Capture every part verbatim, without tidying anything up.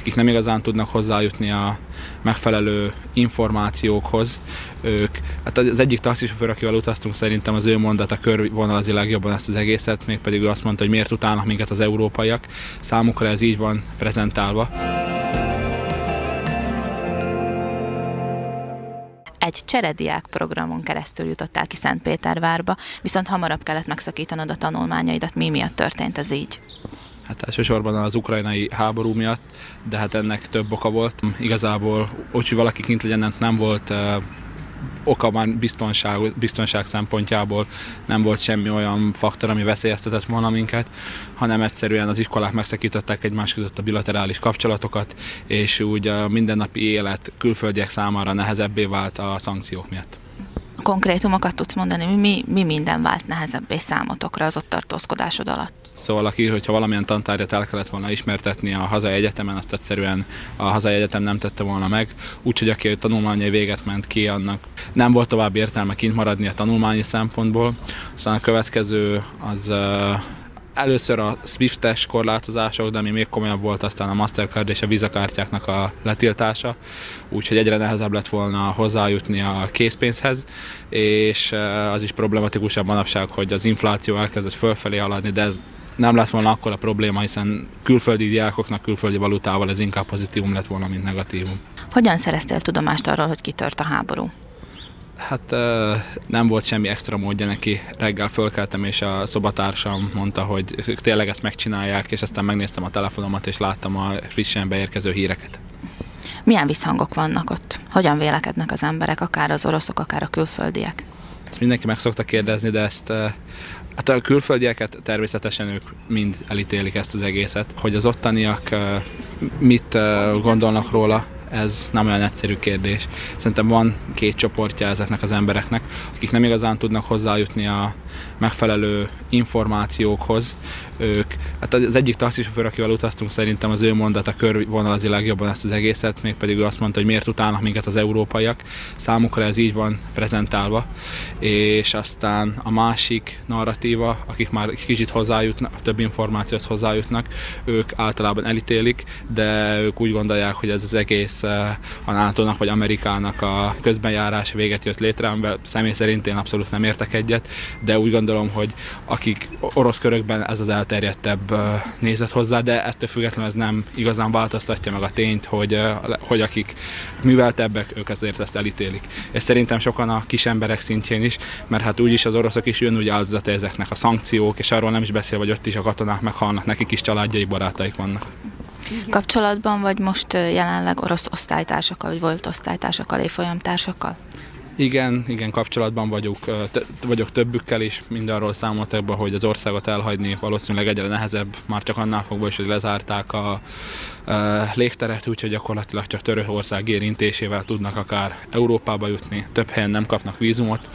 akik nem igazán tudnak hozzájutni a megfelelő információkhoz. Ők, hát az egyik taxisofőr, akivel utaztunk, szerintem az ő mondata körvonalazi legjobban ezt az egészet, mégpedig ő azt mondta, hogy miért utálnak minket az európaiak. Számukra ez így van prezentálva. Egy cserediák programon keresztül jutottál ki Szentpétervárba, viszont hamarabb kellett megszakítanod a tanulmányaidat. Mi miatt történt ez így? Hát elsősorban az ukrajnai háború miatt, de hát ennek több oka volt. Igazából úgy, hogy valaki kint legyen, nem volt uh, oka már biztonság, biztonság szempontjából, nem volt semmi olyan faktor, ami veszélyeztetett volna minket, hanem egyszerűen az iskolák megszakították egymás között a bilaterális kapcsolatokat, és úgy a mindennapi élet külföldiek számára nehezebbé vált a szankciók miatt. Konkrétumokat tudsz mondani, mi, mi minden vált nehezebbé számotokra az ott tartózkodásod alatt? Szóval aki, hogyha valamilyen tantárgyat el kellett volna ismertetni a hazai egyetemen, azt egyszerűen a hazai egyetem nem tette volna meg, úgyhogy aki a tanulmányai véget ment ki, annak nem volt tovább értelme kint maradni a tanulmányi szempontból. Aztán a következő az először a SWIFT-es korlátozások, de ami még komolyabb volt, aztán a Mastercard és a Visa kártyáknak a letiltása, úgyhogy egyre nehezebb lett volna hozzájutni a készpénzhez, és az is problematikusabb manapság, hogy az infláció elkezdett fölfelé haladni, de ez nem lett volna akkora probléma, hiszen külföldi diákoknak külföldi valutával ez inkább pozitívum lett volna, mint negatívum. Hogyan szereztél tudomást arról, hogy kitört a háború? Hát nem volt semmi extra módja neki. Reggel fölkeltem, és a szobatársam mondta, hogy ők tényleg ezt megcsinálják, és aztán megnéztem a telefonomat, és láttam a frissen beérkező híreket. Milyen visszhangok vannak ott? Hogyan vélekednek az emberek, akár az oroszok, akár a külföldiek? Ezt mindenki meg szokta kérdezni, de ezt hát a külföldieket természetesen ők mind elítélik ezt az egészet. Hogy az ottaniak mit gondolnak róla, ez nem olyan egyszerű kérdés. Szerintem van két csoportja ezeknek az embereknek, akik nem igazán tudnak hozzájutni a megfelelő információkhoz. Ők, hát az egyik taxisofőr, akivel utaztunk, szerintem az ő mondata körvonalazi legjobban ezt az egészet, mégpedig ő azt mondta, hogy miért utálnak minket az európaiak. Számukra ez így van prezentálva. És aztán a másik narratíva, akik már kicsit hozzájutnak, több információhoz hozzájutnak, ők általában elítélik, de ők úgy gondolják, hogy ez az egész a nátónak vagy Amerikának a közbenjárás véget jött létre, amivel személy szerint én abszolút nem értek egyet, de úgy gondolom, hogy akik orosz körökben ez az elterjedtebb nézet hozzá, de ettől függetlenül ez nem igazán változtatja meg a tényt, hogy, hogy akik műveltebbek, ők azért ezt elítélik. És szerintem sokan a kis emberek szintjén is, mert hát úgyis az oroszok is jön úgy áldozata ezeknek a szankciók, és arról nem is beszél, hogy ott is a katonák meghalnak, nekik is családjai, barátaik vannak. Kapcsolatban vagy most jelenleg orosz osztálytársakkal, vagy volt osztálytársakkal, évfolyamtársakkal? Igen, igen, kapcsolatban vagyok, vagyok többükkel is, mindarról számoltak be, hogy az országot elhagyni valószínűleg egyre nehezebb, már csak annál fogva is, hogy lezárták a, a légteret, úgyhogy gyakorlatilag csak Törökország érintésével tudnak akár Európába jutni, több helyen nem kapnak vízumot,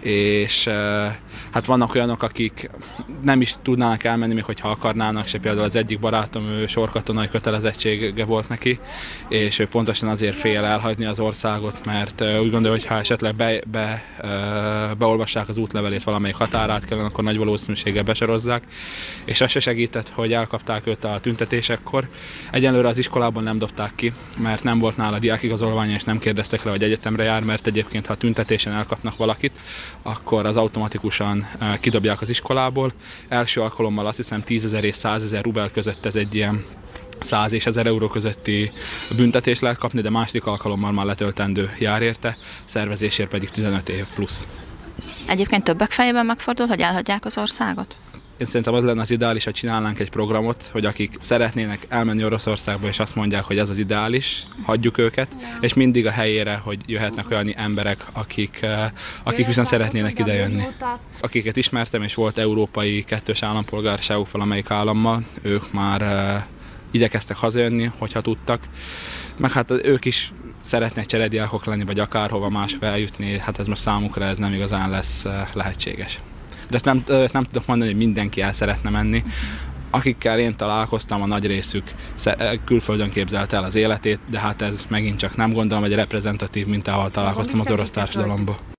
és hát vannak olyanok, akik nem is tudnának elmenni, még hogyha akarnának, se például az egyik barátom, ő sorkatonai kötelezettsége volt neki, és ő pontosan azért fél elhagyni az országot, mert úgy gondolja, hogy ha esetleg be, be, beolvassák az útlevelét valamelyik határát kellene, akkor nagy valószínűséggel besorozzák, és az se segített, hogy elkapták őt a tüntetésekkor. Egyenlőre az iskolában nem dobták ki, mert nem volt nála diákigazolványa, és nem kérdeztek rá, hogy egyetemre jár, mert egyébként, ha a tüntetésen elkapnak valakit, akkor az automatikusan kidobják az iskolából. Első alkalommal azt hiszem tízezer és százezer rubel között ez egy ilyen száz és ezer euró közötti büntetés lehet kapni, de második alkalommal már letöltendő jár érte, szervezésért pedig tizenöt év plusz. Egyébként többek fejében megfordul, hogy elhagyják az országot? Én szerintem az lenne az ideális, ha csinálnánk egy programot, hogy akik szeretnének elmenni Oroszországba, és azt mondják, hogy ez az ideális, hagyjuk őket, és mindig a helyére, hogy jöhetnek olyan emberek, akik, akik viszont szeretnének idejönni. Akiket ismertem, és volt európai kettős állampolgárságuk valamelyik állammal, ők már igyekeztek hazajönni, hogyha tudtak, meg hát ők is szeretnek cserediákok lenni, vagy akárhova máshova eljutni, hát ez most számukra ez nem igazán lesz lehetséges. De ezt nem, nem tudok mondani, hogy mindenki el szeretne menni. Akikkel én találkoztam, a nagy részük külföldön képzelte el az életét, de hát ez megint csak nem gondolom, hogy reprezentatív mintával találkoztam az orosz társadalomban.